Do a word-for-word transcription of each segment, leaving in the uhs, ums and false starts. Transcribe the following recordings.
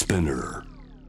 Spinner。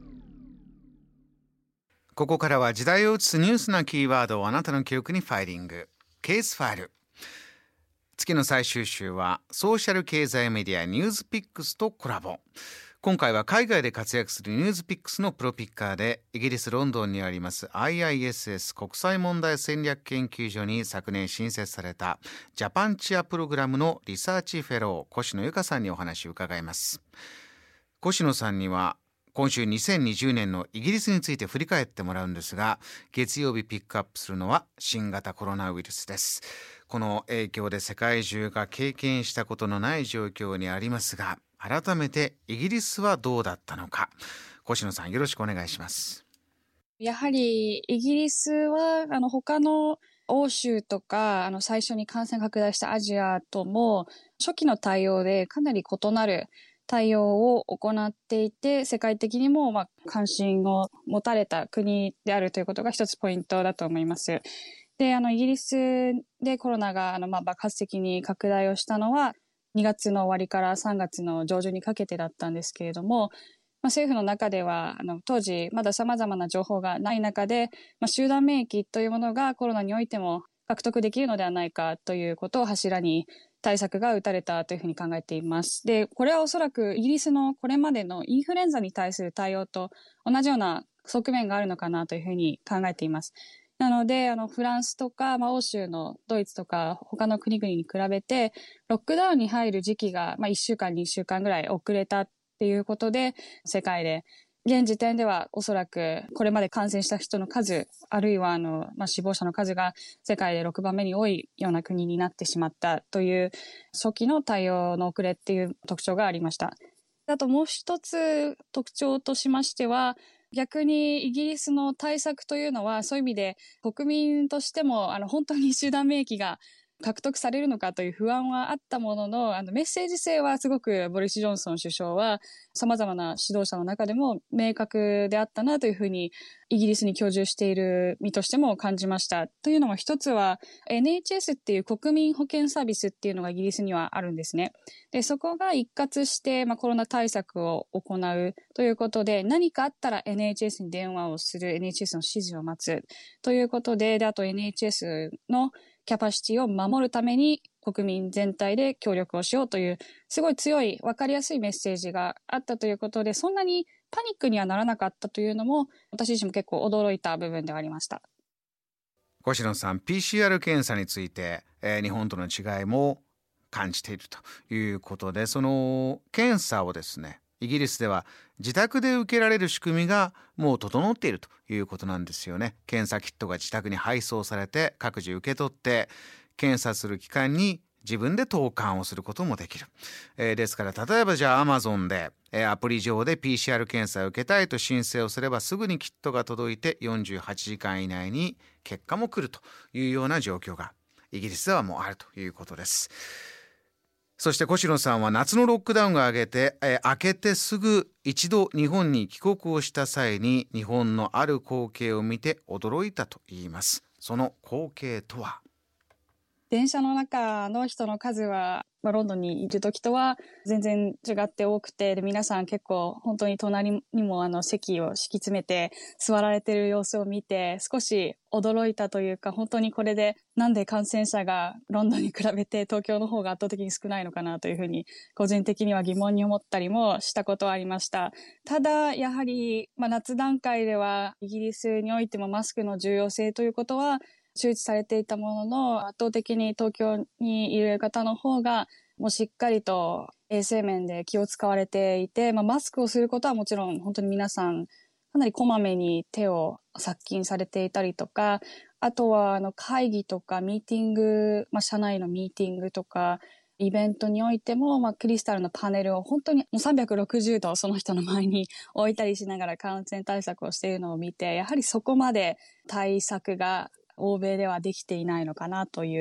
ここからは時代を映すニュースなキーワードをあなたの記憶にファイリング。ケースファイル。月の最終週はソーシャル経済メディアニュースピックスとコラボ。今回は海外で活躍するニュースピックスのプロピッカーでイギリス・ロンドンにあります アイアイエスエス 国際問題戦略研究所に昨年新設されたジャパンチアプログラムのリサーチフェロー越野由香さんにお話を伺います。越野さんには今週にせんにじゅうねんのイギリスについて振り返ってもらうんですが、月曜日ピックアップするのは新型コロナウイルスです。この影響で世界中が経験したことのない状況にありますが、改めてイギリスはどうだったのか、越野さんよろしくお願いします。 やはりイギリスはあの他の欧州とかあの最初に感染拡大したアジアとも初期の対応でかなり異なる対応を行っていて、世界的にもまあ関心を持たれた国であるということが一つポイントだと思います。で、あのイギリスでコロナがあのまあ爆発的に拡大をしたのはにがつの終わりからさんがつの上旬にかけてだったんですけれども、まあ、政府の中ではあの当時まだ様々な情報がない中で、まあ、集団免疫というものがコロナにおいても獲得できるのではないかということを柱に対策が打たれたというふうに考えています。で、これはおそらくイギリスのこれまでのインフルエンザに対する対応と同じような側面があるのかなというふうに考えています。なので、あの、フランスとか、まあ、欧州のドイツとか、他の国々に比べて、ロックダウンに入る時期が、まあ、いっしゅうかん、にしゅうかんぐらい遅れたっていうことで、世界で、現時点ではおそらく、これまで感染した人の数、あるいは、あの、まあ、死亡者の数が世界でろくばんめに多いような国になってしまったという、初期の対応の遅れっていう特徴がありました。あともう一つ特徴としましては、逆にイギリスの対策というのはそういう意味で国民としてもあの本当に集団免疫が獲得されるのかという不安はあったものの、あのメッセージ性はすごくボリス・ジョンソン首相は様々な指導者の中でも明確であったなというふうにイギリスに居住している身としても感じました。というのも一つは エヌエイチエス っていう国民保健サービスっていうのがイギリスにはあるんですね。で、そこが一括して、まあ、コロナ対策を行うということで、何かあったら エヌエイチエス に電話をする、エヌエイチエス の指示を待つということで、で、あと エヌエイチエス のキャパシティを守るために国民全体で協力をしようというすごい強い分かりやすいメッセージがあったということで、そんなにパニックにはならなかったというのも私自身も結構驚いた部分ではありました。 越野さん、 ピーシーアール 検査について、えー、日本との違いも感じているということで、その検査をですね、イギリスでは自宅で受けられる仕組みがもう整っているということなんですよね。検査キットが自宅に配送されて各自受け取って検査する期間に自分で投函をすることもできる、えー、ですから例えばじゃあ Amazon で、えー、アプリ上で ピーシーアール 検査を受けたいと申請をすればすぐにキットが届いてよんじゅうはちじかん以内に結果も来るというような状況がイギリスではもうあるということです。そして越野さんは夏のロックダウンが明けて、えー、明けてすぐ一度日本に帰国をした際に日本のある光景を見て驚いたと言います。その光景とは？ 電車の中の人の数は、まあ、ロンドンにいる時とは全然違って多くて、で皆さん結構本当に隣にもあの席を敷き詰めて座られている様子を見て少し驚いたというか、本当にこれでなんで感染者がロンドンに比べて東京の方が圧倒的に少ないのかなというふうに個人的には疑問に思ったりもしたことはありました。ただやはり、まあ、夏段階ではイギリスにおいてもマスクの重要性ということは周知されていたものの、圧倒的に東京にいる方の方がもうしっかりと衛生面で気を使われていて、まあ、マスクをすることはもちろん本当に皆さんかなりこまめに手を殺菌されていたりとか、あとはあの会議とかミーティング、まあ、社内のミーティングとかイベントにおいても、まあ、クリスタルのパネルを本当にもうさんびゃくろくじゅうどその人の前に置いたりしながら感染対策をしているのを見て、やはりそこまで対策が欧米ではできていないのかなという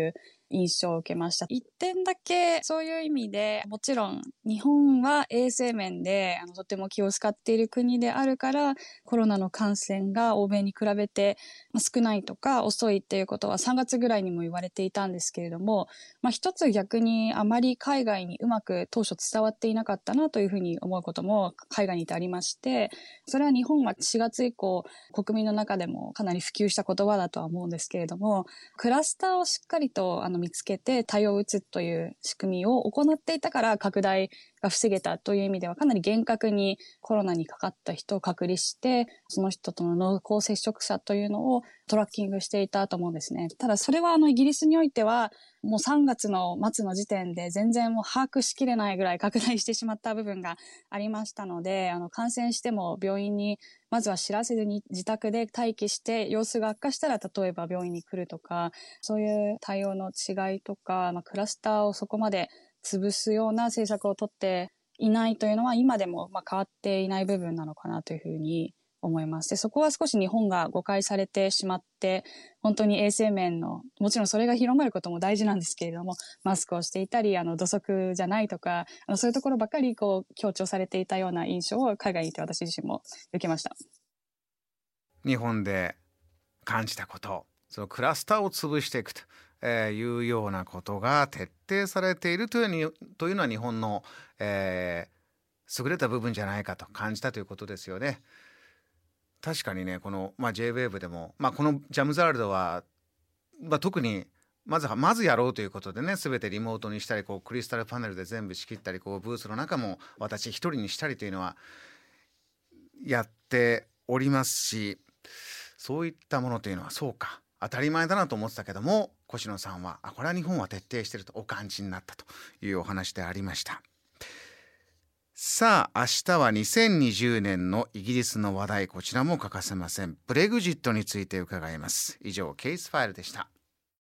印象を受けました。一点だけそういう意味で、もちろん日本は衛生面であのとても気を使っている国であるから、コロナの感染が欧米に比べて少ないとか遅いっていうことはさんがつぐらいにも言われていたんですけれども、まあ、一つ逆にあまり海外にうまく当初伝わっていなかったなというふうに思うことも海外にいてありまして、それは日本はしがつ以降国民の中でもかなり普及した言葉だとは思うんですけれども、クラスターをしっかりとあの見つけて対応を打つという仕組みを行っていたから拡大が防げたという意味では、かなり厳格にコロナにかかった人を隔離して、その人との濃厚接触者というのをトラッキングしていたと思うんですね。ただそれはあのイギリスにおいてはもうさんがつの末の時点で全然もう把握しきれないぐらい拡大してしまった部分がありましたので、あの感染しても病院にまずは知らせずに自宅で待機して様子が悪化したら例えば病院に来るとか、そういう対応の違いとか、まあ、クラスターをそこまで潰すような政策を取っていないというのは今でもまあ変わっていない部分なのかなというふうに思います。で、そこは少し日本が誤解されてしまって、本当に衛生面の、もちろんそれが広まることも大事なんですけれども、マスクをしていたり、あの土足じゃないとか、あのそういうところばっかりこう強調されていたような印象を海外にいて私自身も受けました。 日本で感じたこと、そのクラスターを潰していくというようなことが徹底されているというにというのは日本の、えー、優れた部分じゃないかと感じたということですよね。確かにね、この、まあ、ジェイウェーブ でも、まあ、このジャムザールドは、まあ、特にまずはまずやろうということでね、全てリモートにしたり、こうクリスタルパネルで全部仕切ったり、こうブースの中も私一人にしたりというのはやっておりますし、そういったものというのはそうか当たり前だなと思ってたけども、越野さんはあこれは日本は徹底しているとお感じになったというお話でありました。さあ明日はにせんにじゅうねんのイギリスの話題、こちらも欠かせません。ブレグジットについて伺います。以上ケースファイルでした。